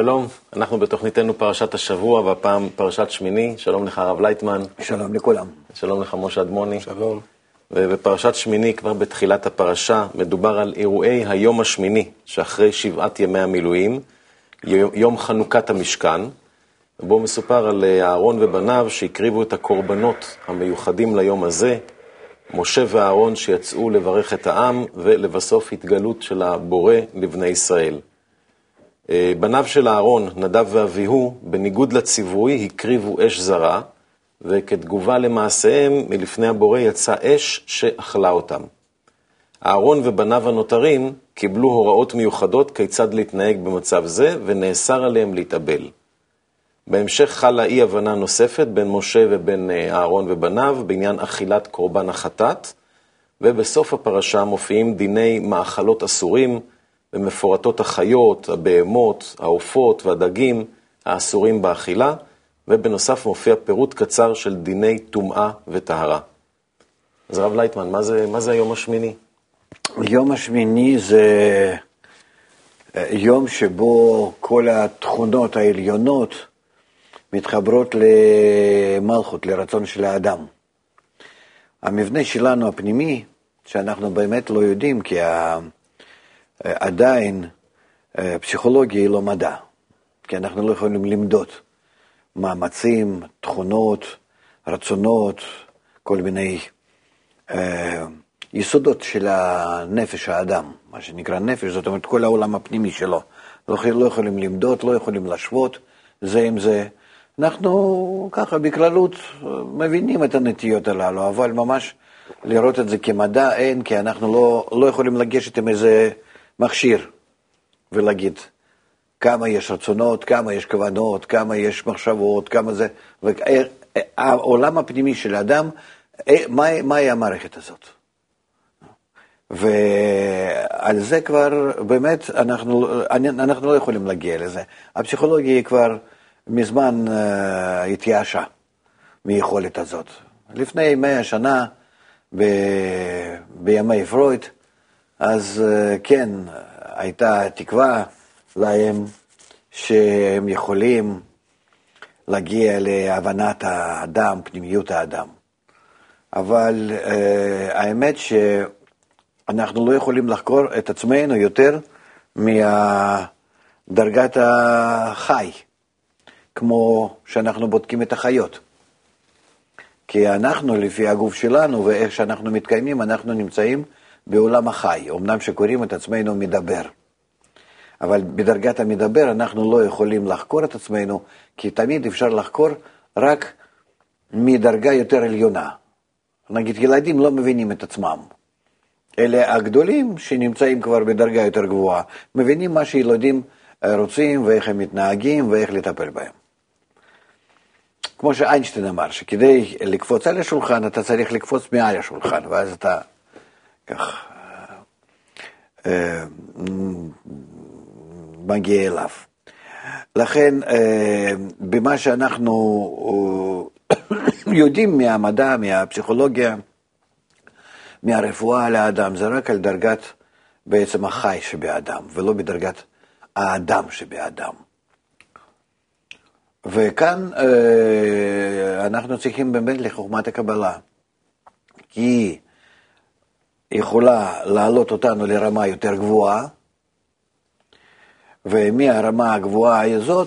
שלום, אנחנו בתוכניתנו פרשת השבוע, והפעם פרשת שמיני. שלום לך הרב לייטמן. שלום לכולם. שלום לך משה אדמוני. שלום. ובפרשת שמיני, כבר בתחילת הפרשה, מדובר על אירועי היום השמיני, שאחרי 7 ימי המילואים, יום חנוכת המשכן, ובו מסופר על אהרון ובניו שהקריבו את הקורבנות המיוחדים ליום הזה, משה ואהרון שיצאו לברך את העם, ולבסוף התגלות של הבורא לבני ישראל. בניו של אהרון, נדב ואביהו, בניגוד לציווי, הקריבו אש זרה, וכתגובה למעשיהם, מלפני הבורא יצא אש שאכלה אותם. אהרון ובניו הנותרים קיבלו הוראות מיוחדות כיצד להתנהג במצב זה, ונאסר עליהם להתאבל. בהמשך חלה אי הבנה נוספת בין משה ובין אהרון ובניו, בעניין אכילת קורבן החטאת, ובסוף הפרשה מופיעים דיני מאכלות אסורים, ומפורטות החיות, הבהמות, העופות והדגים האסורים באכילה, ובנוסף מופיע פירוט קצר של דיני טומאה וטהרה. אז הרב לייטמן, מה זה היום השמיני? יום השמיני זה יום שבו כל התכונות העליונות מתחברות למלכות, לרצון של האדם. המבנה שלנו הפנימי, שאנחנו באמת לא יודעים, כי עדיין פסיכולוגיה היא לא מדע, כי אנחנו לא יכולים למדוד מאמצים, תכונות, רצונות, כל מיני יסודות של הנפש האדם, מה שנקרא נפש, זאת אומרת כל העולם הפנימי שלו. לא יכולים למדוד, לא יכולים להשוות זה עם זה. אנחנו ככה בכללות מבינים את הנטיות הללו, אבל ממש לראות את זה כמדע אין, כי אנחנו לא יכולים לגשת עם איזה מכשיר ולהגיד כמה יש רצונות, כמה יש כוונות, כמה יש מחשבות, כמה זה, העולם הפנימי של האדם, מהי המערכת הזאת? ועל זה כבר באמת אנחנו לא יכולים להגיע לזה. הפסיכולוגיה היא כבר מזמן התייאשה מיכולת הזאת. לפני 100 שנה, בימי פרויד, אז כן, הייתה תקווה להם שהם יכולים להגיע להבנת האדם, פנימיות האדם. אבל האמת שאנחנו לא יכולים לחקור את עצמנו יותר מדרגת החי, כמו שאנחנו בודקים את החיות. כי אנחנו, לפי הגוף שלנו ואיך שאנחנו מתקיימים, אנחנו נמצאים בעולם החי, אמנם שקוראים את עצמנו מדבר. אבל בדרגת המדבר אנחנו לא יכולים לחקור את עצמנו, כי תמיד אפשר לחקור רק מדרגה יותר עליונה. נגיד, ילדים לא מבינים את עצמם. אלה הגדולים שנמצאים כבר בדרגה יותר גבוהה, מבינים מה שילדים רוצים ואיך הם מתנהגים ואיך לטפל בהם. כמו שאיינשטיין אמר, שכדי לקפוץ על השולחן, אתה צריך לקפוץ מעל השולחן, ואז אתה כך מגיע אליו. לכן, במה שאנחנו יודעים מהמדע, מהפסיכולוגיה, מהרפואה על האדם, זה רק על דרגת בעצם החי שבאדם, ולא בדרגת האדם שבאדם. וכאן אנחנו צריכים באמת לחוכמת הקבלה, כי יכולה להעלות אותנו לרמה יותר גבוהה, ומהרמה הגבוהה הזאת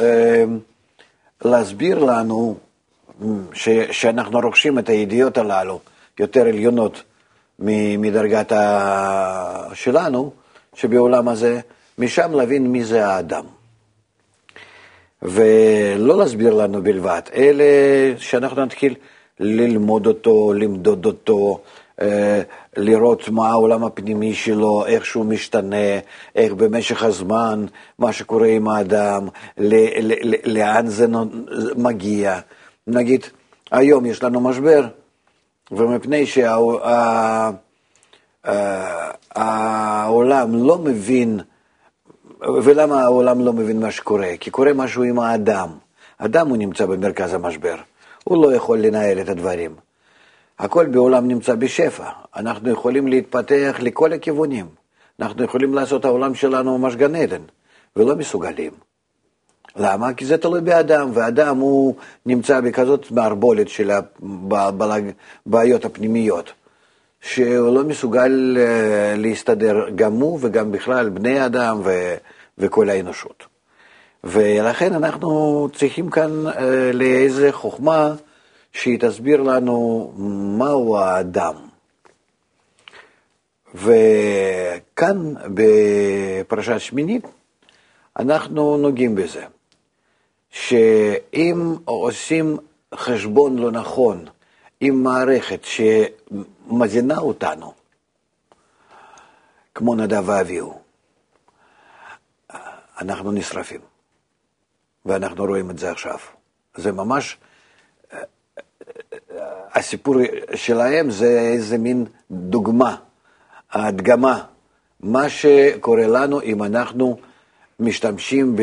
להסביר לנו שאנחנו רוכשים את הידיעות הללו יותר עליונות מדרגת שלנו, שבעולם הזה, משם להבין מי זה האדם. ולא להסביר לנו בלבד, אלא שאנחנו נתחיל ללמוד אותו, למדוד אותו, לראות מה העולם הפנימי שלו, איך שהוא משתנה, איך במשך הזמן, מה שקורה עם האדם, לאן זה מגיע. נגיד, היום יש לנו משבר, ומפני שהעולם לא מבין, ולמה העולם לא מבין מה שקורה? כי קורה משהו עם האדם. האדם הוא נמצא במרכז המשבר. הוא לא יכול לנהל את הדברים. הכל בעולם נמצא בשפע. אנחנו יכולים להתפתח לכל הכיוונים. אנחנו יכולים לעשות העולם שלנו ממש גן עדן, ולא מסוגלים. למה? כי זה תלוי באדם, ואדם הוא נמצא בכזאת מערבולת של הבעיות הפנימיות, שהוא לא מסוגל להסתדר גם הוא וגם בכלל בני אדם וכל האנושות. ולכן אנחנו צריכים כאן לאיזה חוכמה שהיא תסביר לנו מהו האדם. וכאן בפרשת שמינית אנחנו נוגעים בזה, שאם עושים חשבון לא נכון עם מערכת שמזינה אותנו, כמו נדב ואביהו, אנחנו נשרפים. ואנחנו רואים את זה עכשיו. זה ממש, הסיפור שלהם זה איזה מין דוגמה, הדגמה, מה שקורה לנו אם אנחנו משתמשים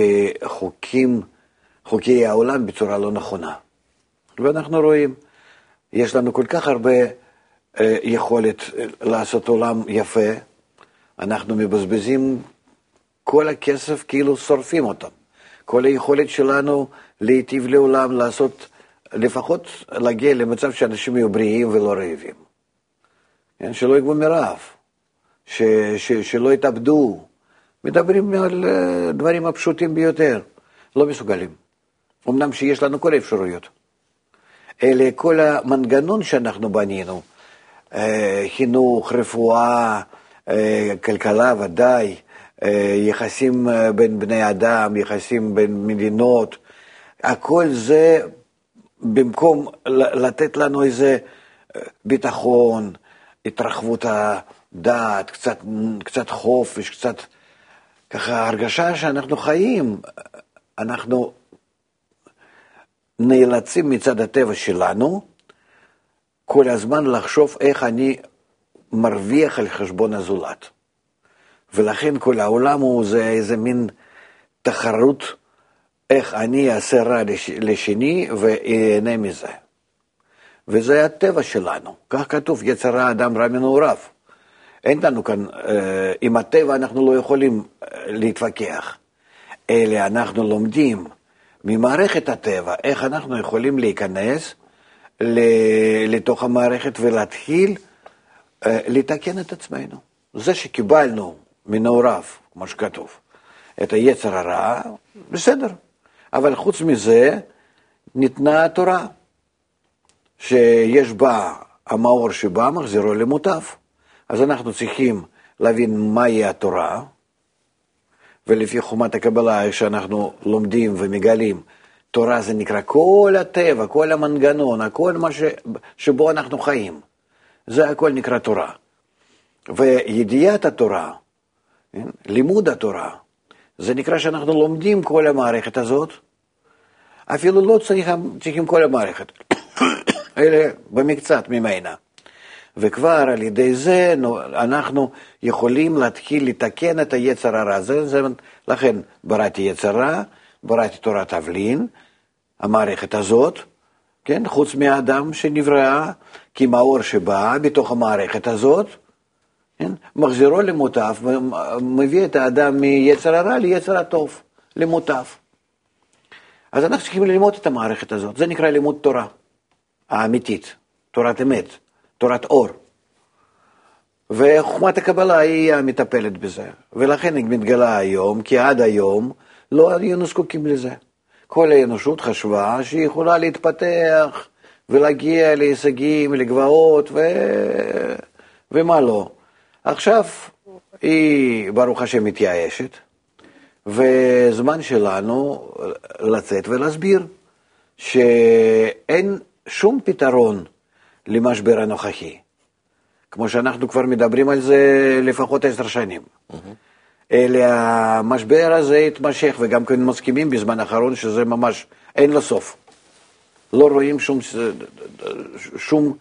חוקי העולם בצורה לא נכונה. ואנחנו רואים, יש לנו כל כך הרבה יכולת לעשות עולם יפה, אנחנו מבזבזים כל הכסף, כאילו שורפים אותם. כל היכולת שלנו להיטיב לעולם, לעשות, לפחות להגיע למצב שאנשים יהיו בריאים ולא רעבים. שלא יגבו מרעב, שלא יתאבדו. מדברים על דברים הפשוטים ביותר, לא מסוגלים. אמנם שיש לנו כל האפשרויות. אלה כל המנגנון שאנחנו בנינו, חינוך, רפואה, כלכלה ודאי, יחסים בין בני אדם, יחסים בין מדינות, הכל זה במקום לתת לנו איזה ביטחון, התרחבות הדעת, קצת חופש, קצת ככה הרגשה שאנחנו חיים, אנחנו נאלצים מצד הטבע שלנו כל הזמן לחשוב איך אני מרוויח על חשבון הזולת. ולכן כל העולם הוא זה איזה מין תחרות איך אני אעשה רע לשני ואהנה מזה. וזה הטבע שלנו. כך כתוב, יצר האדם רע מנעוריו. אין לנו כאן, עם הטבע אנחנו לא יכולים להתווכח. אלא אנחנו לומדים ממערכת הטבע, איך אנחנו יכולים להיכנס לתוך המערכת ולהתחיל לתקן את עצמנו. זה שקיבלנו מנעוריו, כמו שכתוב, את היצר הרע, בסדר. אבל חוץ מזה, ניתנה התורה, שיש בה, המאור שבה מחזירו למוטב. אז אנחנו צריכים להבין מהי התורה, ולפי חומת הקבלה, איך שאנחנו לומדים ומגלים, תורה זה נקרא כל הטבע, כל המנגנון, כל מה שבו אנחנו חיים. זה הכל נקרא תורה. וידיעת התורה, לימוד התורה, זה נקרא שאנחנו לומדים כל המערכת הזאת, אפילו לא צריכים כל המערכת, אלא במקצת ממנה. וכבר על ידי זה אנחנו יכולים להתחיל לתקן את היצר הרע. לכן בראתי יצר רע, בראתי תורת תבלין, המערכת הזאת, כן? חוץ מהאדם שנברא, כי מאור שבא בתוך המערכת הזאת, כן? מחזירו למוטב, מביא את האדם מיצר הרע ליצר הטוב, למוטב. אז אנחנו צריכים ללמוד את המערכת הזאת, זה נקרא לימוד תורה האמיתית, תורת אמת, תורת אור. וחוכמת הקבלה היא המטפלת בזה, ולכן היא מתגלה היום, כי עד היום לא היינו זקוקים לזה. כל האנושות חשבה שהיא יכולה להתפתח ולהגיע להישגים, לגבעות ומה לא. עכשיו היא ברוך השם מתייאשת, וזמן שלנו לצאת ולהסביר שאין שום פתרון למשבר הנוכחי. כמו שאנחנו כבר מדברים על זה לפחות 10 שנים. אלא המשבר הזה יתמשך, וגם כן מסכימים בזמן האחרון שזה ממש אין לו סוף. לא רואים שום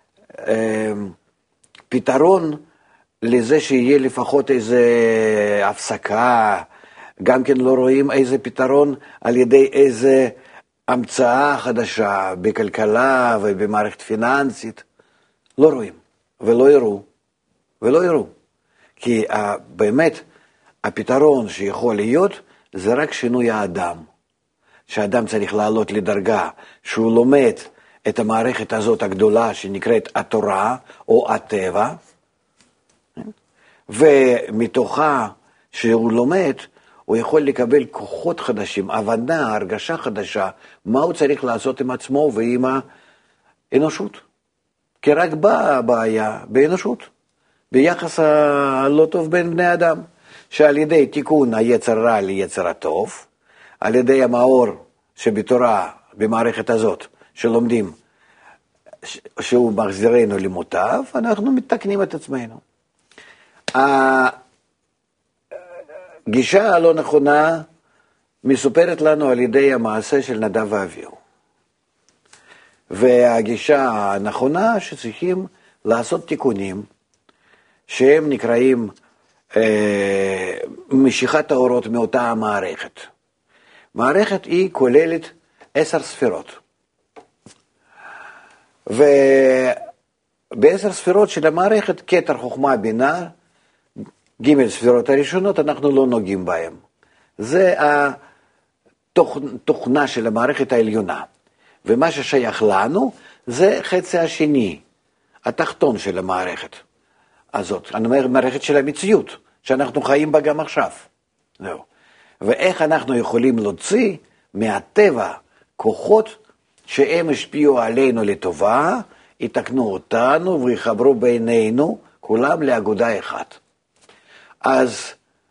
פתרון לזה שיהיה לפחות איזה הפסקה, גם כן לא רואים איזה פתרון על ידי איזה המצאה חדשה בכלכלה ובמערכת פיננסית. לא רואים ולא יראו. כי באמת הפתרון שיכול להיות זה רק שינוי האדם. שאדם צריך לעלות לדרגה, שהוא לומד את המערכת הזאת הגדולה שנקראת התורה או הטבע, ומתוכה שהוא לומד, הוא יכול לקבל כוחות חדשים, הבנה, הרגשה חדשה, מה הוא צריך לעשות עם עצמו ועם האנושות. כי רק באה הבעיה באנושות, ביחס הלא טוב בין בני אדם, שעל ידי תיקון היצר רע ליצר הטוב, על ידי המאור שבתורה, במערכת הזאת, שלומדים, שהוא מחזירנו למוטב, אנחנו מתקנים את עצמנו. הגישה הלא נכונה מסופרת לנו על ידי המעשה של נדב ואביהו. והגישה הנכונה שצריכים לעשות תיקונים, שהם נקראים משיכת האורות מאותה המערכת. מערכת היא כוללת 10 ספירות. וב10 ספירות של המערכת, כתר, חוכמה, בינה, ג' ספירות הראשונות, אנחנו לא נוגעים בהן. זה התוכנה של המערכת העליונה. ומה ששייך לנו, זה חצי השני, התחתון של המערכת הזאת. אני אומר, מערכת של המציאות, שאנחנו חיים בה גם עכשיו. זהו. ואיך אנחנו יכולים להוציא מהטבע כוחות שהם השפיעו עלינו לטובה, יתקנו אותנו ויחברו בינינו, כולם לאגודה אחת. אז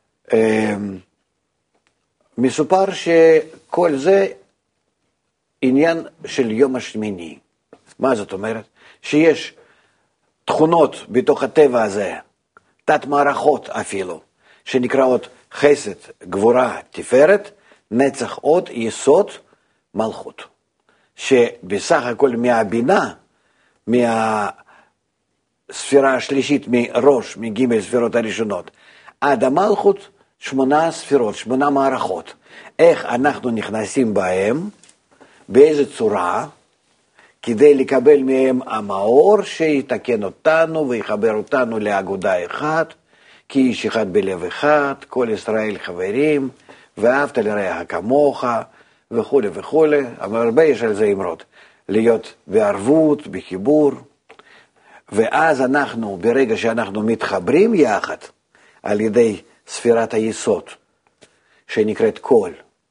מסופר שכל זה עניין של יום השמיני. מה זאת אומרת? שיש תכונות בתוך הטבע הזה, תת מערכות אפילו, שנקראות חסד, גבורה, תפארת, נצח עוד, יסוד, מלכות. שבסך הכל מהבינה, מהספירה השלישית, מראש, מג' ספירות הראשונות, עד המלכות, 8 ספירות, 8 מערכות. איך אנחנו נכנסים בהם, באיזה צורה, כדי לקבל מהם המאור שיתקן אותנו ויחבר אותנו לאגודה אחת, כי איש אחד בלב אחד, כל ישראל חברים, ואהבת לרעך כמוך, וכו' וכו'. אבל הרבה יש על זה אמרות, להיות בערבות, בחיבור. ואז אנחנו, ברגע שאנחנו מתחברים יחד, על ידי ספירת היסוד, שנקראת קול,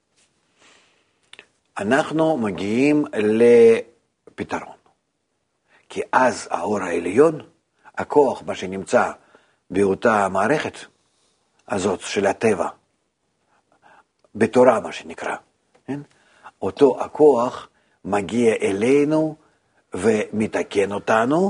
אנחנו מגיעים לפתרון. כי אז האור העליון, הכוח, מה שנמצא באותה המערכת הזאת של הטבע, בתורה מה שנקרא, כן? אותו הכוח מגיע אלינו ומתקן אותנו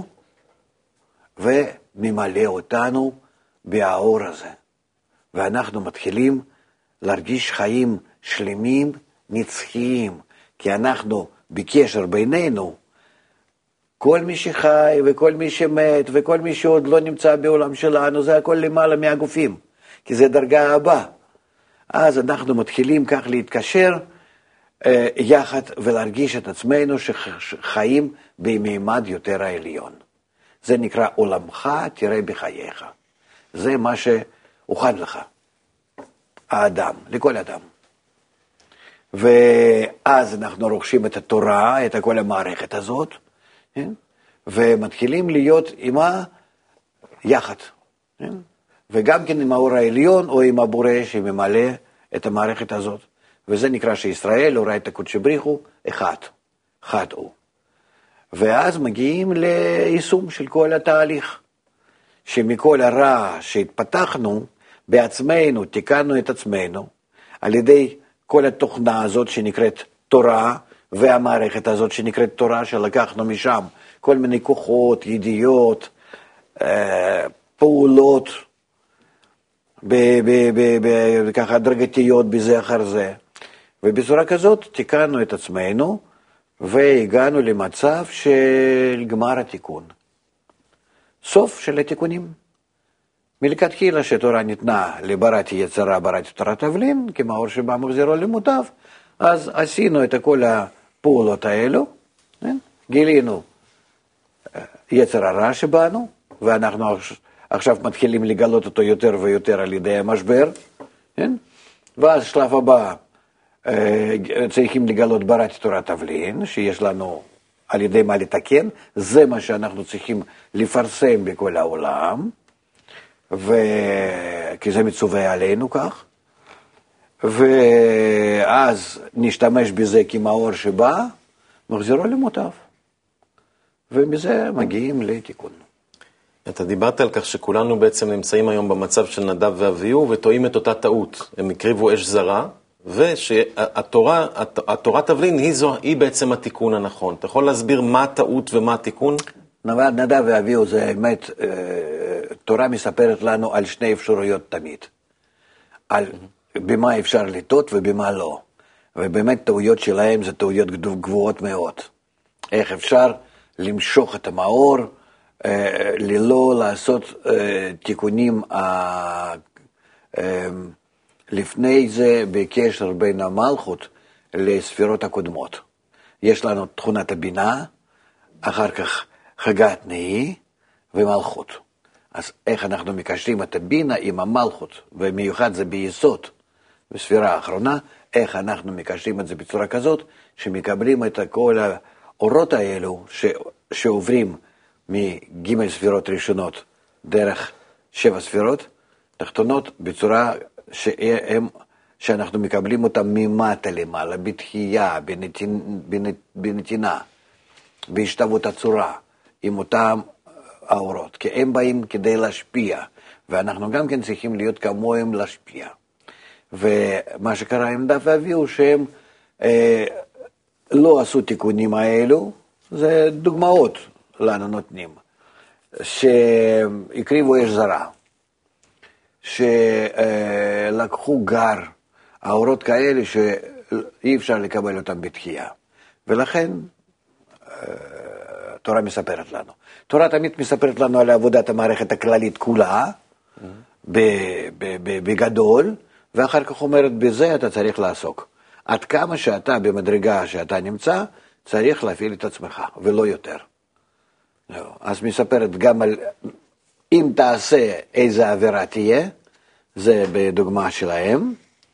וממלא אותנו באור הזה. ואנחנו מתחילים להרגיש חיים שלמים, נצחיים, כי אנחנו בקשר בינינו, כל מי שחי וכל מי שמת וכל מי שעוד לא נמצא בעולם שלנו, זה הכל למעלה מהגופים, כי זה דרגה הבאה. אז אנחנו מתחילים כך להתקשר יחד ולהרגיש את עצמנו שחיים בממד יותר העליון. זה נקרא עולמך תראה בחייך. זה מה שהוכן לך, האדם, לכל אדם. ואז אנחנו רוכשים את התורה, את כל המערכת הזאת, ומתחילים להיות עמה יחד. וגם כן עם האור העליון או עם הבורא שממלא את המערכת הזאת. וזה נקרא שישראל, הורא את הקודש בריחו, אחד הוא. ואז מגיעים ליישום של כל התהליך. שמכל הרע שהתפתחנו בעצמנו, תיקנו את עצמנו, על ידי כל התוכנה הזאת שנקראת תורה, והמערכת הזאת שנקראת תורה, שלקחנו משם כל מיני כוחות, ידיעות, פעולות, ככה הדרגתיות בזה אחר זה. ובצורה כזאת תיקנו את עצמנו, והגענו למצב של גמר התיקון. סוף של התיקונים. מלכתחילה שתורה ניתנה לבראתי יצרה, בראתי תורת תבלין, כמאור שבא מחזירו למוטב, אז עשינו את כל הפעולות האלו, גילינו יצר הרע שבאנו, ואנחנו עכשיו מתחילים לגלות אותו יותר ויותר על ידי המשבר, ואז שלב הבא, צריכים לגלות בראתי תורת תבלין, שיש לנו על ידי מה לתקן, זה מה שאנחנו צריכים לפרסם בכל העולם, כי זה מצווה עלינו כך, ואז נשתמש בזה כמאור שבא, מחזירו למוטב, ומזה מגיעים לתיקון. אתה דיברת על כך שכולנו בעצם נמצאים היום במצב של נדב ואביהו, וטועים את אותה טעות. הם הקריבו אש זרה, ושהתורה תבלין היא בעצם התיקון הנכון. אתה יכול להסביר מה הטעות ומה התיקון? נדב ואביהו זה באמת, תורה מספרת לנו על שני אפשרויות תמיד. על במה אפשר לטעות ובמה לא. ובאמת טעויות שלהם זה טעויות גבוהות מאוד. איך אפשר למשוך את המאור, ללא לעשות תיקונים לפני זה בקשר בין המלכות לספירות הקודמות. יש לנו תכונת הבינה, אחר כך חגת נהי ומלכות. אז איך אנחנו מקשרים את הבינה עם המלכות, במיוחד זה ביסוד, בספירה האחרונה, איך אנחנו מקשרים את זה בצורה כזאת, שמקבלים את כל האורות האלו שעוברים מג' ספירות ראשונות דרך 7 ספירות תחתונות, בצורה שאנחנו מקבלים אותם ממטה למעלה, בתחייה, בנתינה, בהשתוות הצורה, עם אותם האורות, כי הם באים כדי להשפיע, ואנחנו גם כן צריכים להיות כמוהם להשפיע. ומה שקרה עם נדב ואביהו, שהם לא עשו תיקונים האלו, זה דוגמאות לנו נותנים, שהקריבו אש זרה, שלקחו גר, האורות כאלה שאי אפשר לקבל אותם בתחייה, ולכן תורה מספרת לנו. תורה תמיד מספרת לנו על עבודת המערכת הכללית כולה, בגדול, ואחר כך אומרת, בזה אתה צריך לעסוק. עד כמה שאתה במדרגה שאתה נמצא, צריך להפעיל את עצמך, ולא יותר. אז מספרת גם על, אם תעשה איזה עבירה תהיה, זה בדוגמה שלהם,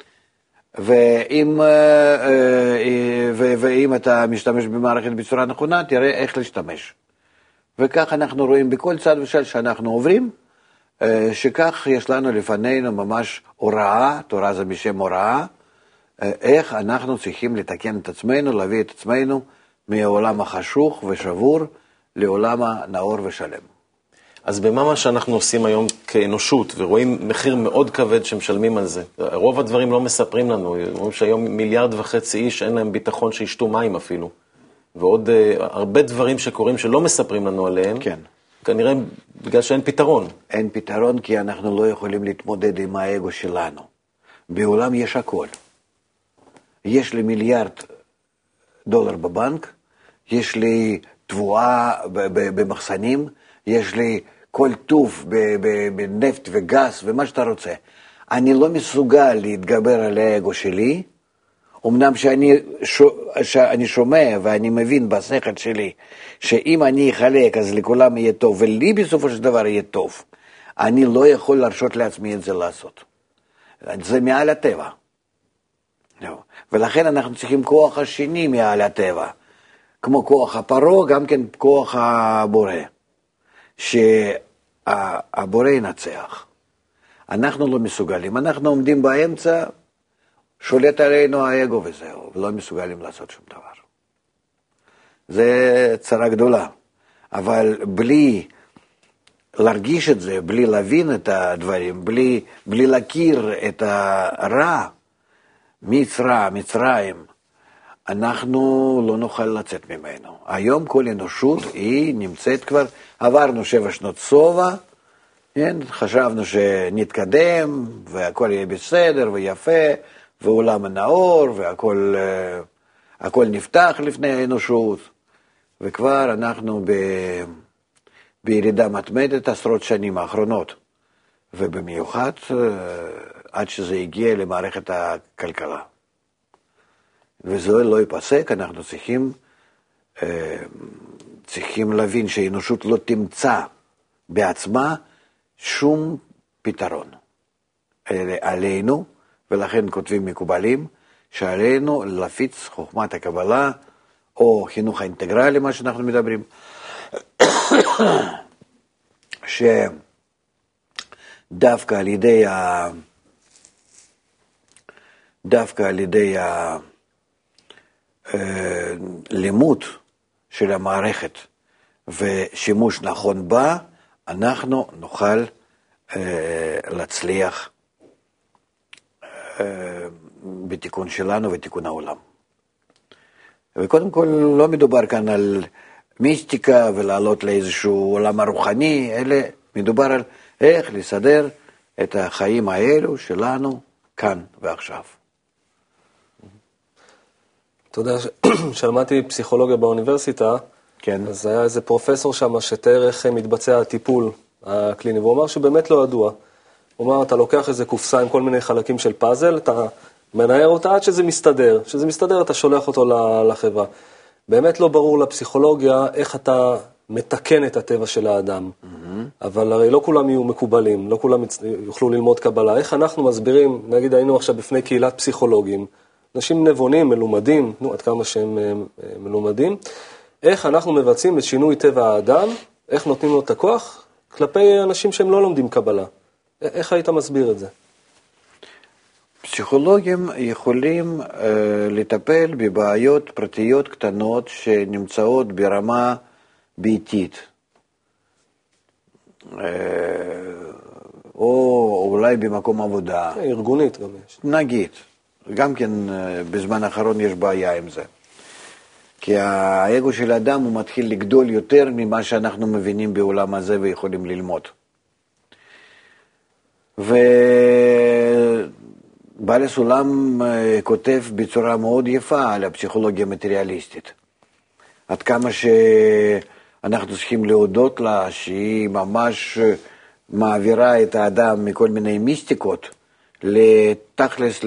ואם אתה משתמש במערכת בצורה נכונה, תראה איך להשתמש. וכך אנחנו רואים בכל צד ושל שאנחנו עוברים, שכך יש לנו לפנינו ממש הוראה, תורה זה בשם הוראה, איך אנחנו צריכים לתקן את עצמנו, להביא את עצמנו מהעולם החשוך ושבור לעולם הנאור ושלם. אז במה מה שאנחנו עושים היום כאנושות, ורואים מחיר מאוד כבד שמשלמים על זה, רוב הדברים לא מספרים לנו, רואים שהיום 1.5 מיליארד איש אין להם ביטחון שישתו מים אפילו, ועוד הרבה דברים שקורים שלא מספרים לנו עליהם, כן. כנראה בגלל שאין פתרון. אין פתרון כי אנחנו לא יכולים להתמודד עם האגו שלנו. בעולם יש הכל. יש לי $1 מיליארד בבנק, יש לי תבואה במחסנים, יש לי כל טוב בנפט וגז ומה שאתה רוצה. אני לא מסוגל להתגבר על האגו שלי, אמנם שאני שומע ואני מבין בשכל שלי, שאם אני אחלק אז לכולם יהיה טוב, ולי בסופו של דבר יהיה טוב, אני לא יכול להרשות לעצמי את זה לעשות. זה מעל הטבע. ולכן אנחנו צריכים כוח השני מעל הטבע, כמו כוח הפרו, גם כן כוח הבורא, שהבורא ינצח. אנחנו לא מסוגלים, אנחנו עומדים באמצע, שולט עלינו האגו וזהו, ולא מסוגלים לעשות שום דבר. זה צרה גדולה, אבל בלי להרגיש את זה, בלי להבין את הדברים, בלי להכיר את הרע, מצרים, אנחנו לא נוכל לצאת ממנו. היום כל אנושות היא נמצאת כבר, עברנו 7 שנות סובה, כן? חשבנו שנתקדם והכל יהיה בסדר ויפה, ועולם הנאור והכל נפתח לפני האנושות, וכבר אנחנו בירידה מתמדת 10 שנים האחרונות, ובמיוחד עד שזה הגיע למערכת הכלכלה. וזה לא ייפסק, אנחנו צריכים להבין שהאנושות לא תמצא בעצמה שום פתרון עלינו, ולכן כותבים מקובלים שעלינו להפיץ חוכמת הקבלה, או חינוך האינטגרלי, מה שאנחנו מדברים, שדווקא על ידי הלימוד של המערכת ושימוש נכון בה, אנחנו נוכל להצליח בתיקון שלנו ותיקון העולם. וקודם כל לא מדובר כאן על מיסטיקה ולעלות לאיזשהו עולם הרוחני, אלא מדובר על איך לסדר את החיים האלו שלנו כאן ועכשיו. אתה יודע, שלמדתי פסיכולוגיה באוניברסיטה, כן. אז היה איזה פרופסור שם שתיאר איך מתבצע הטיפול הקליני, והוא אמר שבאמת לא ידוע. הוא אמר, אתה לוקח איזה קופסה עם כל מיני חלקים של פאזל, אתה מנער אותה עד שזה מסתדר. כשזה מסתדר, אתה שולח אותו לחברה. באמת לא ברור לפסיכולוגיה איך אתה מתקן את הטבע של האדם. אבל הרי לא כולם יהיו מקובלים, לא כולם יוכלו ללמוד קבלה. איך אנחנו מסבירים, נגיד היינו עכשיו בפני קהילת פסיכולוגים, אנשים נבונים, מלומדים, עד כמה שהם מלומדים, איך אנחנו מבצעים את שינוי טבע האדם, איך נותנים לו את הכוח, כלפי אנשים שהם לא לומדים קבלה. איך היית מסביר את זה? פסיכולוגים יכולים לטפל בבעיות פרטיות קטנות שנמצאות ברמה ביתית. או אולי במקום עבודה. ארגונית גם יש. נגיד. גם כן בזמן האחרון יש בעיה עם זה. כי האגו של האדם הוא מתחיל לגדול יותר ממה שאנחנו מבינים בעולם הזה ויכולים ללמוד. ובעל הסולם כותב בצורה מאוד יפה על הפסיכולוגיה המטריאליסטית. עד כמה שאנחנו צריכים להודות לה שהיא ממש מעבירה את האדם מכל מיני מיסטיקות, לתכלס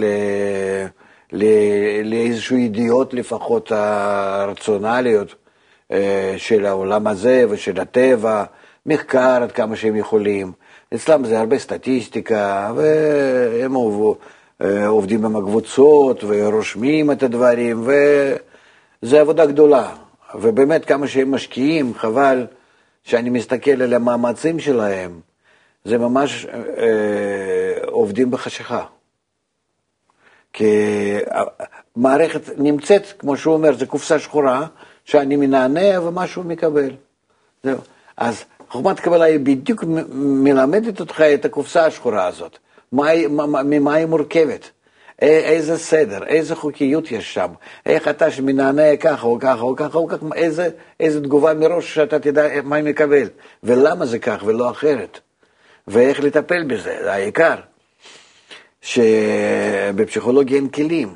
לאיזשהו ידיעות לפחות הרציונליות של העולם הזה ושל הטבע, מחקר עד כמה שהם יכולים. אצלם זה הרבה סטטיסטיקה, והם עובדים עם הקבוצות ורושמים את הדברים, וזה עבודה גדולה. ובאמת כמה שהם משקיעים, חבל שאני מסתכל על המאמצים שלהם, זה ממש עובדים בחשיכה. כי המערכת נמצאת, כמו שהוא אומר, זה קופסה שחורה, שאני מנענע ומשהו מקבל. זהו. אז חוכמת קבלה היא בדיוק מלמדת אותך את הקופסה השחורה הזאת. ממה היא מורכבת? איזה סדר, איזה חוקיות יש שם, איך אתה שמנענע ככה או ככה או ככה או ככה, איזה תגובה מראש שאתה תדע מה היא מקבל, ולמה זה כך ולא אחרת. ואיך לטפל בזה, זה העיקר, שבפסיכולוגיה אין כלים.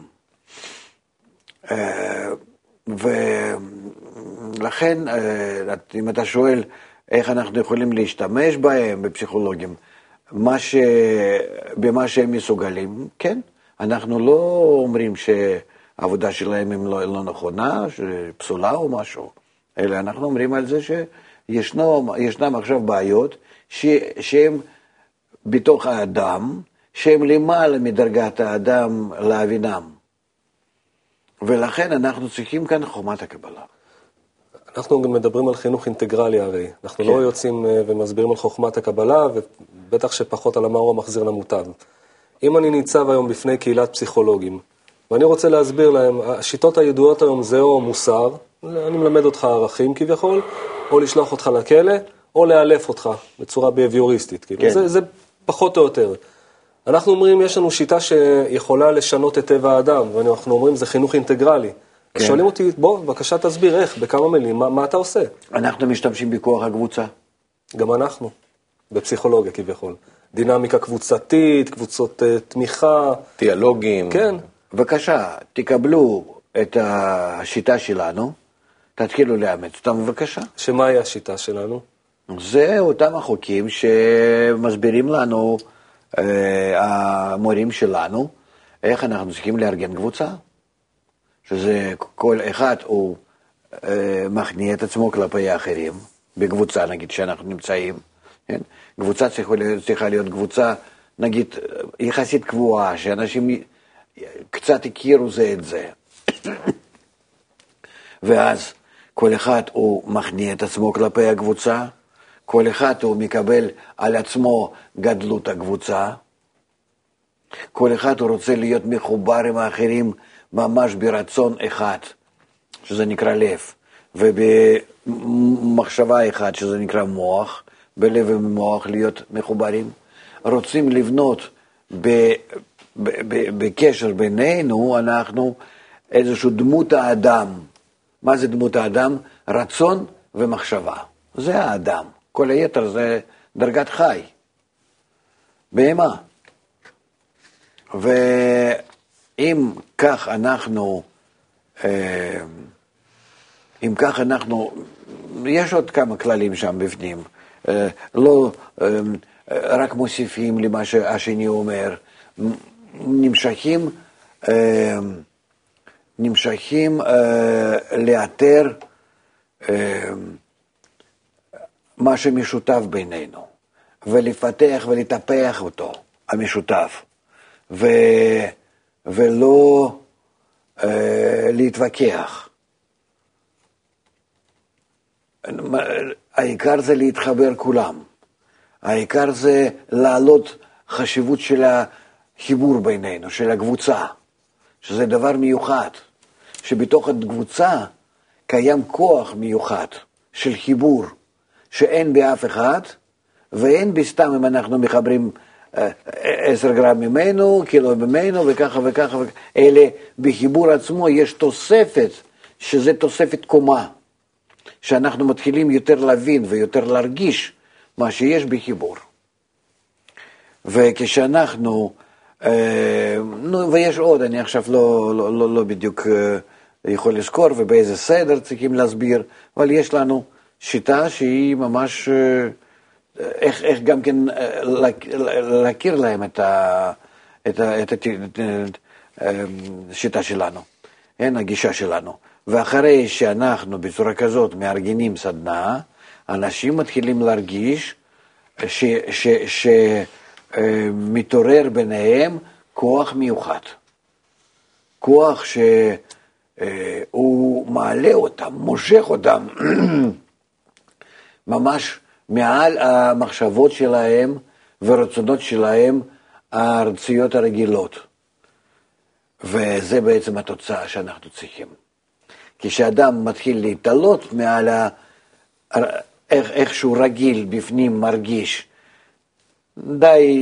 ולכן, אם אתה שואל איך אנחנו יכולים להשתמש בהם, בפסיכולוגים, במה שהם מסוגלים, כן, אנחנו לא אומרים שהעבודה שלהם היא לא נכונה, שפסולה או משהו, אלא אנחנו אומרים על זה שישנם עכשיו בעיות, שהם בתוך האדם, שהם למעלה מדרגת האדם להבינם. ולכן אנחנו צריכים כאן חוכמת הקבלה. אנחנו גם מדברים על חינוך אינטגרלי הרי. אנחנו לא יוצאים ומסבירים על חוכמת הקבלה, ובטח שפחות על המאור המחזיר למוטב. אם אני ניצב היום בפני קהילת פסיכולוגים, ואני רוצה להסביר להם, השיטות הידועות היום זה או מוסר, אני מלמד אותך ערכים כביכול, או לשלוח אותך לכלא, או לאלף אותך בצורה ביביוריסטית. כן. זה פחות או יותר. אנחנו אומרים, יש לנו שיטה שיכולה לשנות את טבע האדם, ואנחנו אומרים, זה חינוך אינטגרלי. כן. שואלים אותי, בוא, בבקשה תסביר איך, בכמה מילים, מה אתה עושה? אנחנו משתמשים בכוח הקבוצה. גם אנחנו, בפסיכולוגיה כביכול. דינמיקה קבוצתית, קבוצות תמיכה. דיאלוגים. כן. בבקשה, תקבלו את השיטה שלנו, תתחילו לאמץ אותם, בבקשה. שמהי השיטה שלנו? זה אותם החוקים שמסבירים לנו, המורים שלנו, איך אנחנו צריכים לארגן קבוצה. שזה כל אחד הוא מכניע את עצמו כלפי האחרים, בקבוצה נגיד שאנחנו נמצאים, כן? קבוצה צריכה להיות קבוצה, נגיד, יחסית קבועה, שאנשים קצת הכירו זה את זה. ואז כל אחד הוא מכניע את עצמו כלפי הקבוצה, כל אחד הוא מקבל על עצמו גדלות הקבוצה, כל אחד הוא רוצה להיות מחובר עם האחרים ממש ברצון אחד, שזה נקרא לב, ובמחשבה אחד, שזה נקרא מוח, בלב ומוח להיות מחוברים. רוצים לבנות בקשר בינינו, אנחנו איזשהו דמות האדם. מה זה דמות האדם? רצון ומחשבה. זה האדם. כל היתר זה דרגת חי. בהמה. ואם כך אנחנו, יש עוד כמה כללים שם בפנים, לא רק מוסיפים למה שהשני אומר, נמשכים לאתר מה שמשותף בינינו, ולפתח ולטפח אותו, המשותף, ולא להתווכח. העיקר זה להתחבר כולם. העיקר זה להעלות חשיבות של החיבור בינינו, של הקבוצה, שזה דבר מיוחד, שבתוך הקבוצה קיים כוח מיוחד של חיבור, שאין באף אחד, ואין בסתם אם אנחנו מחברים 10 גרם ממנו, קילו ממנו, וככה וככה, אלה בחיבור עצמו יש תוספת, שזה תוספת קומה, שאנחנו מתחילים יותר להבין ויותר להרגיש מה שיש בחיבור. וכשאנחנו, ויש עוד, אני עכשיו לא בדיוק יכול לזכור ובאיזה סדר צריכים להסביר, אבל יש לנו שיטה שהיא ממש, איך גם כן להכיר להם את השיטה שלנו, הגישה שלנו. ואחרי שאנחנו בצורה כזאת מארגנים סדנה, אנשים מתחילים להרגיש שמתעורר ביניהם כוח מיוחד. כוח שהוא מעלה אותם, מושך אותם, ממש מעל המחשבות שלהם ורצונות שלהם הארציות הרגילות. וזה בעצם התוצאה שאנחנו צריכים. כשאדם מתחיל להתעלות מעל איך שהוא רגיל בפנים מרגיש, די,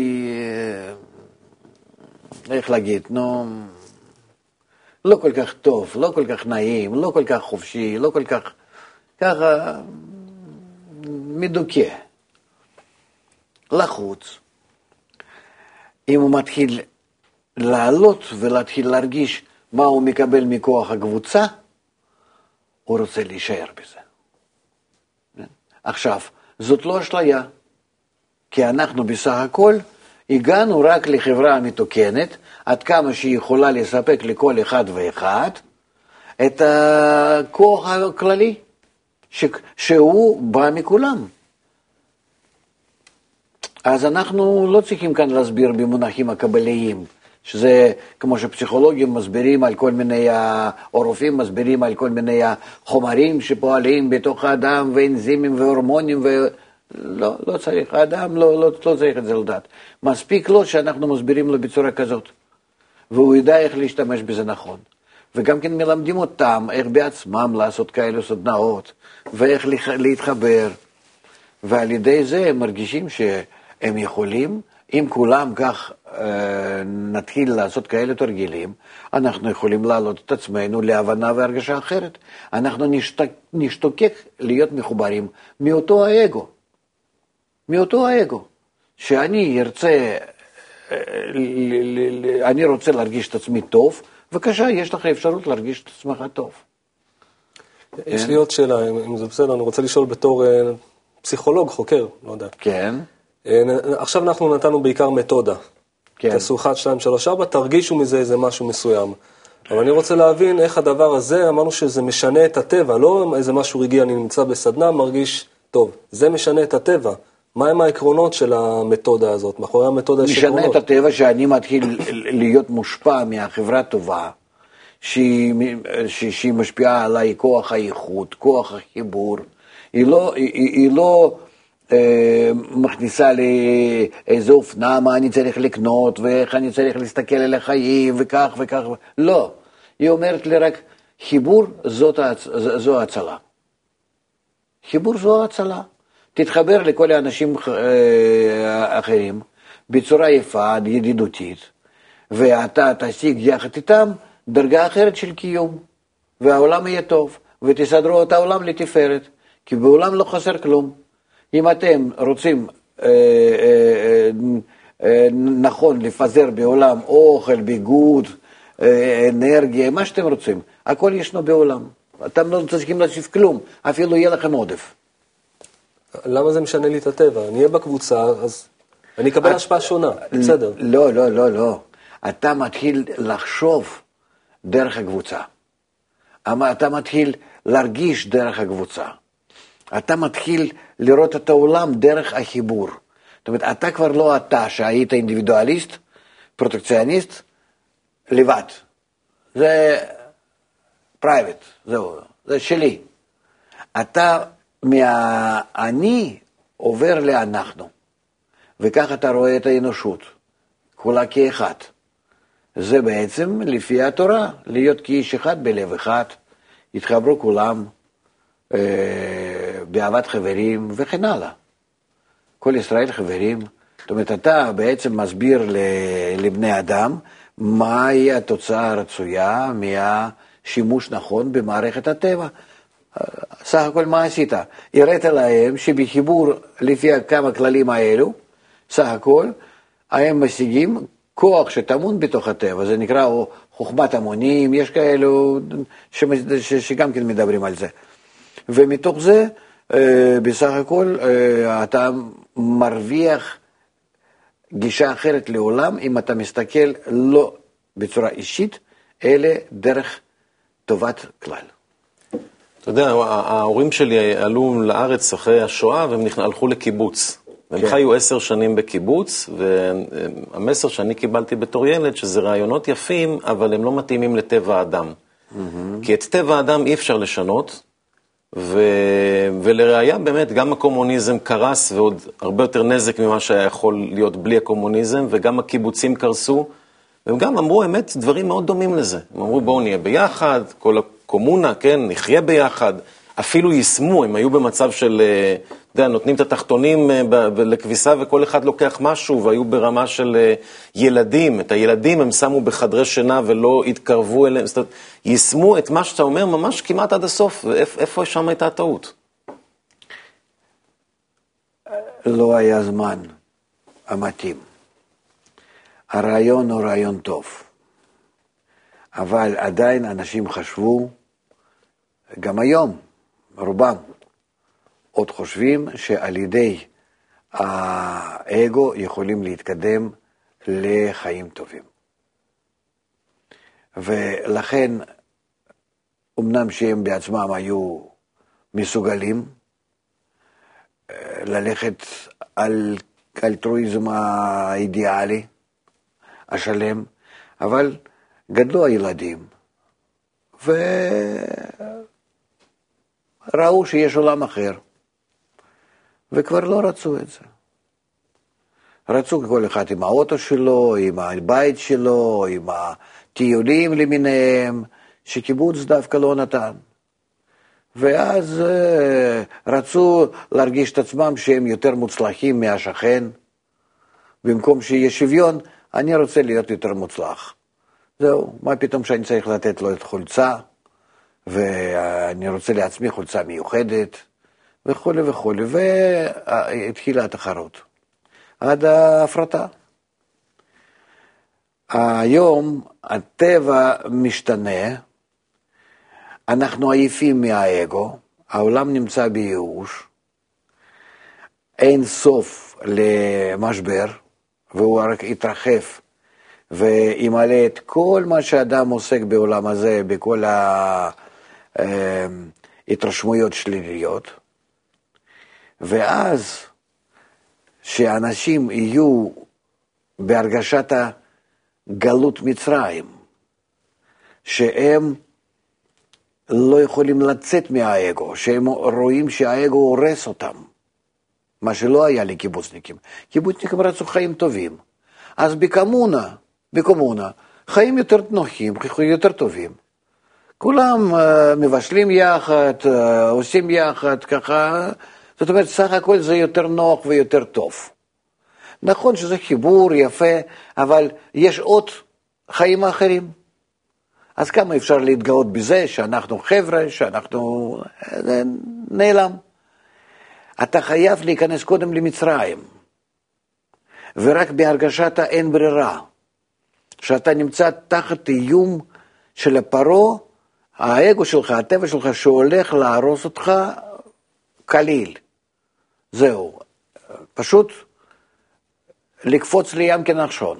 איך להגיד, לא כל כך טוב, לא כל כך נעים, לא כל כך חופשי, לא כל כך, ככה מדוכא, לחוץ. אם הוא מתחיל לעלות ולהתחיל להרגיש מה הוא מקבל מכוח הקבוצה, הוא רוצה להישאר בזה. עכשיו, זאת לא אשליה, כי אנחנו בסך הכל הגענו רק לחברה המתוקנת, עד כמה שהיא יכולה לספק לכל אחד ואחד את הכוח הכללי, שהוא בא מכולם. אז אנחנו לא צריכים כאן להסביר במונחים הקבליים, שזה כמו שפסיכולוגים מסבירים על כל מיני, או רופאים מסבירים על כל מיני חומרים שפועלים בתוך האדם, ואנזימים והורמונים, לא צריך, האדם לא צריך את זה לדעת. מספיק לו שאנחנו מסבירים לו בצורה כזאת, והוא יודע איך להשתמש בזה נכון. וגם כן מלמדים אותם איך בעצמם לעשות כאלו סדנאות, ואיך להתחבר, ועל ידי זה הם מרגישים שהם יכולים, אם כולם כך נתחיל לעשות כאלה תרגילים, אנחנו יכולים להעלות את עצמנו להבנה והרגשה אחרת. אנחנו נשתוקק להיות מחוברים מאותו האגו. מאותו האגו. שאני אני רוצה להרגיש את עצמי טוב, בבקשה, יש לך אפשרות להרגיש את עצמך טוב. יש לי עוד שאלה, אם זה בסדר, אני רוצה לשאול בתור פסיכולוג, חוקר, לא יודע. כן. עכשיו אנחנו נתנו בעיקר מתודה. כן. תעשו 1, 2, 3, 4, תרגישו מזה איזה משהו מסוים. אבל אני רוצה להבין איך הדבר הזה, אמרנו שזה משנה את הטבע, לא איזה משהו רגעי, אני נמצא בסדנה, מרגיש טוב. זה משנה את הטבע. מהם העקרונות של המתודה הזאת? מאחורי המתודה יש עקרונות. משנה את הטבע שאני מתחיל להיות מושפע מהחברה טובה, שהיא משפיעה עליי כוח האיכות, כוח החיבור. היא לא מכניסה לי איזה אופנה, מה אני צריך לקנות, ואיך אני צריך להסתכל על החיים, וכך וכך. לא. היא אומרת לי רק, חיבור זו הצלה. חיבור זו הצלה. תתחבר לכל האנשים אחרים בצורה יפה, ידידותית, ואתה תשיג יחד איתם דרגה אחרת של קיום, והעולם יהיה טוב, ותסדרו את העולם לתפארת, כי בעולם לא חסר כלום. אם אתם רוצים נכון לפזר בעולם אוכל, ביגוד, אנרגיה, מה שאתם רוצים, הכל ישנו בעולם. אתם לא צריכים להוסיף כלום, אפילו יהיה לכם עודף. למה זה משנה לי את הטבע? אני אהיה בקבוצה, אז אני אקבל השפעה שונה, בסדר. לא. אתה מתחיל לחשוב דרך הקבוצה. אתה מתחיל להרגיש דרך הקבוצה. אתה מתחיל לראות את העולם דרך החיבור. זאת אומרת, אתה כבר לא אתה שהיית אינדיבידואליסט, פרוטקציוניסט, לבד. זה פרייבט, זה שלי. אתה מהאני עובר לאנחנו, וכך אתה רואה את האנושות, כולה כאחד. זה בעצם לפי התורה, להיות כאיש אחד בלב אחד, התחברו כולם באהבת חברים וכן הלאה. כל ישראל חברים. זאת אומרת, אתה בעצם מסביר לבני אדם מהי התוצאה הרצויה מהשימוש נכון במערכת הטבע. סך הכל מה עשית? הראת להם שבחיבור לפי כמה כללים האלו, סך הכל, הם משיגים כוח שטמון בתוך הטבע, זה נקרא חוכמת המונים, יש כאלו שגם כן מדברים על זה. ומתוך זה, בסך הכל, אתה מרוויח גישה אחרת לעולם, אם אתה מסתכל לא בצורה אישית, אלא דרך טובת כלל. אתה יודע, ההורים שלי עלו לארץ אחרי השואה, והם הלכו לקיבוץ. והם חיו 10 שנים בקיבוץ, והמסר שאני קיבלתי בתור ילד, שזה רעיונות יפים, אבל הם לא מתאימים לטבע האדם. כי את טבע האדם אי אפשר לשנות, ולראיה באמת, גם הקומוניזם קרס, ועוד הרבה יותר נזק ממה שהיה יכול להיות בלי הקומוניזם, וגם הקיבוצים קרסו, והם גם אמרו, אמת, דברים מאוד דומים לזה. הם אמרו, בואו נהיה ביחד, כל הקומונה, כן, נחיה ביחד. אפילו יישמו, הם היו במצב של, אתה יודע, נותנים את התחתונים לכביסה וכל אחד לוקח משהו, והיו ברמה של ילדים. את הילדים הם שמו בחדרי שינה ולא התקרבו אליהם. זאת אומרת, יישמו את מה שאתה אומר ממש כמעט עד הסוף. ואיפה שם הייתה הטעות? לא היה זמן המתאים. הרעיון הוא רעיון טוב. אבל עדיין אנשים חשבו, גם היום, רובם, עוד חושבים שעל ידי האגו יכולים להתקדם לחיים טובים. ולכן, אמנם שהם בעצמם היו מסוגלים ללכת על אלטרואיזם האידיאלי, השלם, אבל גדלו הילדים, וראו שיש עולם אחר, וכבר לא רצו את זה. רצו כל אחד עם האוטו שלו, עם הבית שלו, עם הטיולים למיניהם, שקיבוץ דווקא לא נתן. ואז רצו להרגיש את עצמם שהם יותר מוצלחים מהשכן. במקום שיהיה שוויון, אני רוצה להיות יותר מוצלח. זהו, מה פתאום שאני צריך לתת לו את חולצה, ואני רוצה לעצמי חולצה מיוחדת, וכו' וכו', והתחילה התחרות. עד ההפרטה. היום הטבע משתנה, אנחנו עייפים מהאגו, העולם נמצא בייאוש, אין סוף למשבר, והוא רק יתרחב, וימלא את כל מה שאדם עוסק בעולם הזה, בכל ההתרשמויות שליליות, ואז שאנשים יהיו בהרגשת הגלות מצרים, שהם לא יכולים לצאת מהאגו, שהם רואים שהאגו הורס אותם, מה שלא היה לקיבוצניקים. קיבוצניקים רצו חיים טובים. אז בקומונה, חיים יותר נוחים, יותר טובים. כולם מבשלים יחד, עושים יחד, ככה. זאת אומרת, סך הכל זה יותר נוח ויותר טוב. נכון שזה חיבור יפה, אבל יש עוד חיים אחרים. אז כמה אפשר להתגאות בזה שאנחנו חבר'ה, שאנחנו נעלם. אתה חייב להיכנס קודם למצרים, ורק בהרגשת אין ברירה, שאתה נמצא תחת איום של הפרעה, האגו שלך, הטבע שלך, שהולך להרוס אותך כליל. זהו, פשוט לקפוץ לים כנחשון.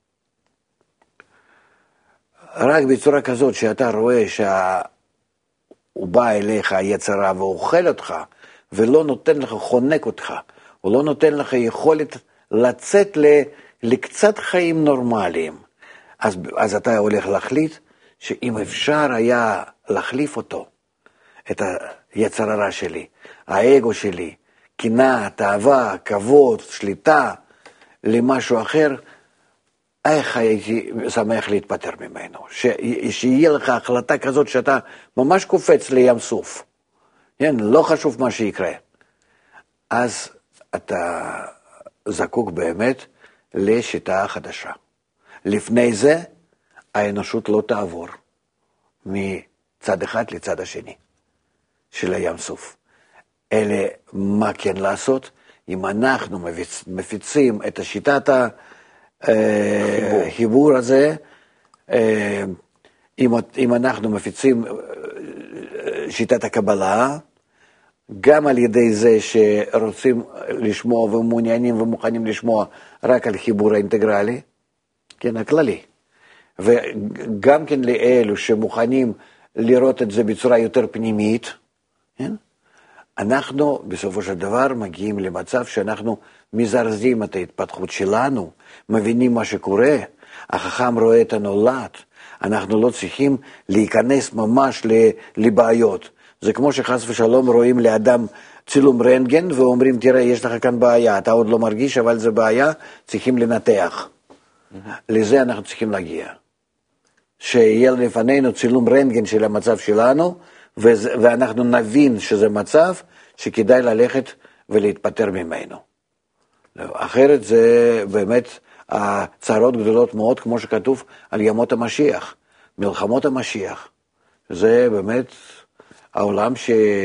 רק בצורה כזאת שאתה רואה שהוא בא אליך יצרה ואוכל אותך, ולא נותן לך, חונק אותך, הוא לא נותן לך יכולת לצאת לקצת חיים נורמליים. אז אתה הולך להחליט שאם אפשר היה להחליף אותו, את היצר הרע שלי, האגו שלי, קנאה, תאווה, כבוד, שליטה, למשהו אחר, איך הייתי שמח להתפטר ממנו, שיהיה לך החלטה כזאת שאתה ממש קופץ לים סוף, כן? לא חשוב מה שיקרה. אז אתה זקוק באמת לשיטה חדשה. לפני זה, האנושות לא תעבור מצד אחד לצד השני של הים סוף. אלה מה כן לעשות, אם אנחנו מפיצים את השיטת החיבור הזה, אם אנחנו מפיצים שיטת הקבלה, גם על ידי זה שרוצים לשמוע ומעוניינים ומוכנים לשמוע רק על חיבור האינטגרלי, כן, הכללי, וגם כן לאלו שמוכנים לראות את זה בצורה יותר פנימית, כן? אנחנו בסופו של דבר מגיעים למצב שאנחנו מזרזים את ההתפתחות שלנו, מבינים מה שקורה, החכם רואה את הנולד, אנחנו לא צריכים להיכנס ממש לבעיות. זה כמו שחס ושלום רואים לאדם צילום רנטגן ואומרים, תראה, יש לך כאן בעיה, אתה עוד לא מרגיש, אבל זה בעיה, צריכים לנתח. לזה אנחנו צריכים להגיע. שיהיה לפנינו צילום רנטגן של המצב שלנו, ואנחנו נבין שזה מצב שכדאי ללכת ולהתפטר ממנו. אחרת זה באמת הצערות גדולות מאוד, כמו שכתוב על ימות המשיח, מלחמות המשיח. זה באמת העולם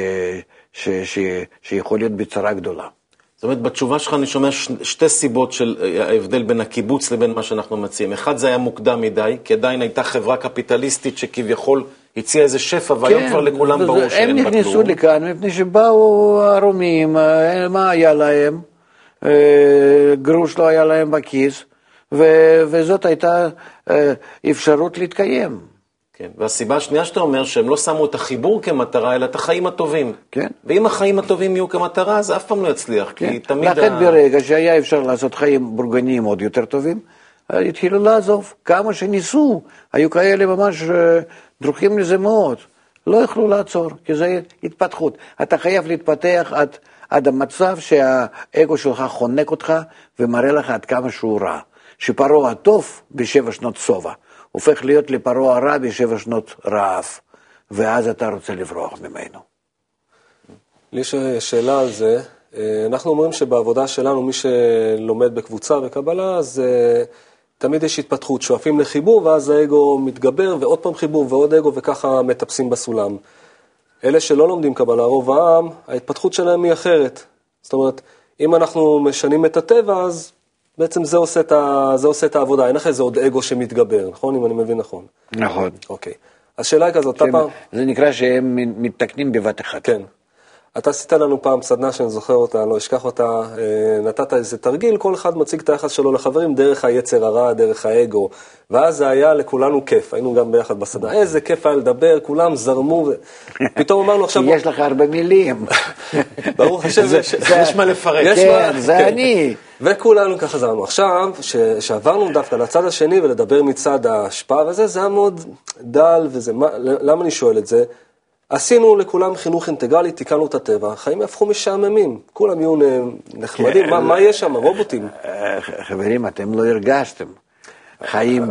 שיכול להיות בצרה גדולה. זאת אומרת, בתשובה שלך אני שומע שתי סיבות של ההבדל בין הקיבוץ לבין מה שאנחנו מציעים. אחד, זה היה מוקדם מדי, כי עדיין הייתה חברה קפיטליסטית שכביכול הציעה איזה שפע, והיום כבר לכולם ברור שאין בה כלום. הם נכנסו לכאן מפני שבאו הרומים, מה היה להם? גרוש לא היה להם בכיס, וזאת הייתה אפשרות להתקיים. כן, והסיבה השנייה שאתה אומר שהם לא שמו את החיבור כמטרה, אלא את החיים הטובים. כן. ואם החיים הטובים יהיו כמטרה, זה אף פעם לא יצליח, כן. כי תמיד... לכן ברגע שהיה אפשר לעשות חיים בורגניים עוד יותר טובים, התחילו לעזוב. כמה שניסו, היו כאלה ממש דרוכים לזה מאוד. לא יכלו לעצור, כי זה התפתחות. אתה חייב להתפתח עד המצב שהאגו שלך חונק אותך, ומראה לך עד כמה שהוא רע. שפרעה הטוב ב7 שנות סובה. הופך להיות לפרעה הרע ב7 שנות רעב, ואז אתה רוצה לברוח ממנו. לי יש שאלה על זה. אנחנו אומרים שבעבודה שלנו, מי שלומד בקבוצה וקבלה, אז תמיד יש התפתחות, שואפים לחיבור, ואז האגו מתגבר, ועוד פעם חיבור ועוד אגו, וככה מטפסים בסולם. אלה שלא לומדים קבלה, רוב העם, ההתפתחות שלהם היא אחרת. זאת אומרת, אם אנחנו משנים את הטבע, אז בעצם זה עושה את העבודה, אין לך איזה עוד אגו שמתגבר, נכון? אם אני מבין נכון. נכון. אוקיי. אז שאלה היא כזאת, זה נקרא שהם מתקנים בבת אחת. כן. אתה עשית לנו פעם סדנה שאני זוכר אותה, לא אשכח אותה, נתת איזה תרגיל, כל אחד מציג את היחס שלו לחברים דרך היצר הרע, דרך האגו, ואז זה היה לכולנו כיף, היינו גם ביחד בסדנה, איזה כיף היה לדבר, כולם זרמו, פתאום אמרנו עכשיו... כי יש לך הרבה מילים. ברוך השם, יש מה לפרק. כן, זה אני. וכולנו ככה זרנו. עכשיו, שעברנו דווקא לצד השני ולדבר מצד ההשפעה וזה, זה היה מאוד דל, למה אני שואל את זה? עשינו לכולם חינוך אינטגרלי, תיקנו את הטבע, החיים הפכו משעממים, כולם יהיו נחמדים, מה יש שם, רובוטים? חברים, אתם לא הרגשתם. חיים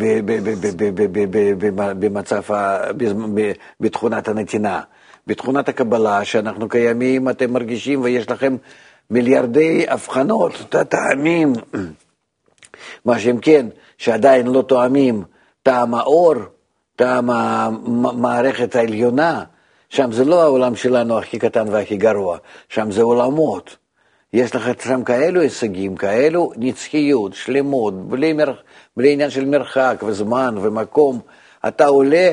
במצב, בתכונת הנתינה, בתכונת הקבלה, שאנחנו קיימים, אתם מרגישים ויש לכם מיליארדי הבחנות, טעמים, מה שהם כן, שעדיין לא תואמים, טעם האור, טעם המערכת העליונה, שם זה לא העולם שלנו הכי קטן והכי גרוע, שם זה עולמות. יש לך שם כאלו הישגים, כאלו נצחיות, שלמות, בלי עניין של מרחק וזמן ומקום. אתה עולה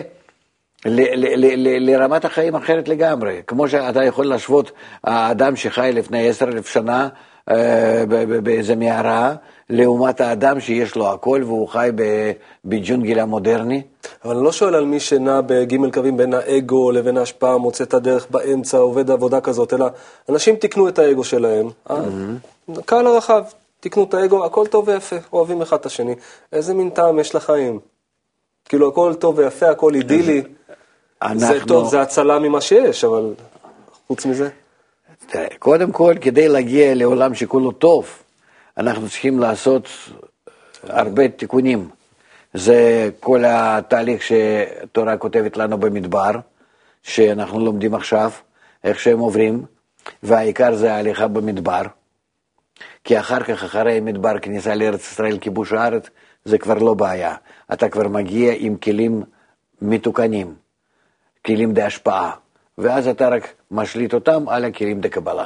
לרמת החיים אחרת לגמרי. כמו שאתה יכול להשוות האדם שחי לפני 10,000 שנה באיזה מערה, לעומת האדם שיש לו הכל והוא חי בג'ונגל המודרני. אבל אני לא שואל על מי שנע בגימל קווים בין האגו לבין ההשפעה, מוצא את הדרך באמצע, עובד עבודה כזאת, אלא אנשים תקנו את האגו שלהם, קהל הרחב, תקנו את האגו, הכל טוב ויפה, אוהבים אחד את השני. איזה מין טעם יש לחיים? כאילו הכל טוב ויפה, הכל אידילי, זה טוב, זה הצלה ממה שיש, אבל חוץ מזה? קודם כל, כדי להגיע לעולם שכולו טוב, אנחנו צריכים לעשות הרבה תיקונים. זה כל התהליך שתורה כותבת לנו במדבר, שאנחנו לומדים עכשיו, איך שהם עוברים, והעיקר זה ההליכה במדבר. כי אחר כך, אחרי המדבר, כניסה לארץ ישראל, כיבוש הארץ, זה כבר לא בעיה. אתה כבר מגיע עם כלים מתוקנים, כלים די השפעה, ואז אתה רק משליט אותם על הכלים די קבלה.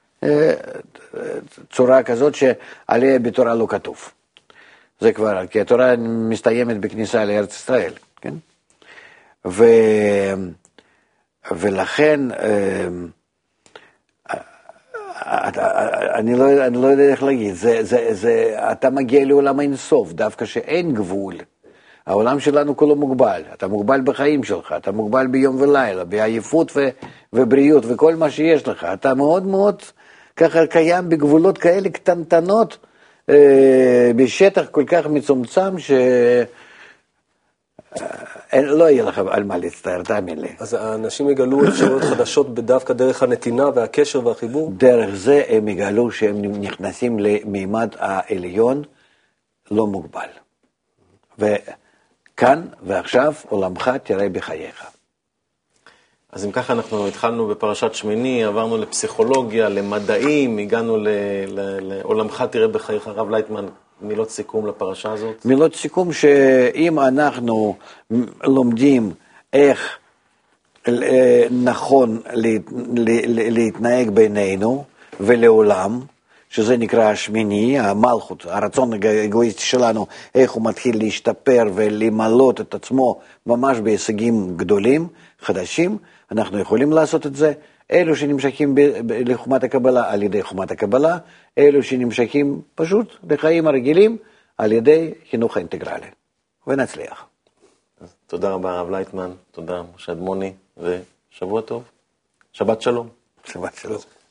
צורה כזאת שעליה בתורה לא כתוב. זה כבר, כי התורה מסתיימת בכניסה לארץ ישראל, כן? ולכן, אני לא יודע איך להגיד, אתה מגיע לעולם האינסוף, דווקא שאין גבול. העולם שלנו כולו מוגבל, אתה מוגבל בחיים שלך, אתה מוגבל ביום ולילה, בעייפות ובריאות וכל מה שיש לך, אתה מאוד מאוד ככה קיים בגבולות כאלה קטנטנות, בשטח כל כך מצומצם לא יהיה לך על מה להצטער, תאמין לי. אז האנשים יגלו אפשרויות חדשות דווקא דרך הנתינה והקשר והחיבור? דרך זה הם יגלו שהם נכנסים למימד העליון לא מוגבל. וכאן ועכשיו עולמך תראה בחייך. אז אם ככה אנחנו התחלנו בפרשת שמיני, עברנו לפסיכולוגיה, למדעים, הגענו לעולמך תראה בחייך. הרב לייטמן, מילות סיכום לפרשה הזאת? מילות סיכום שאם אנחנו לומדים איך נכון להתנהג בינינו ולעולם, שזה נקרא השמיני, המלכות, הרצון האגואיסטי שלנו, איך הוא מתחיל להשתפר ולמלות את עצמו ממש בהישגים גדולים, חדשים, אנחנו יכולים לעשות את זה. אלו שנמשכים לחומת הקבלה על ידי חומת הקבלה, אלו שנמשכים פשוט לחיים הרגילים על ידי חינוך האינטגרלי. ונצליח. תודה רבה הרב לייטמן, תודה משה אדמוני, ושבוע טוב. שבת שלום. שבת שלום.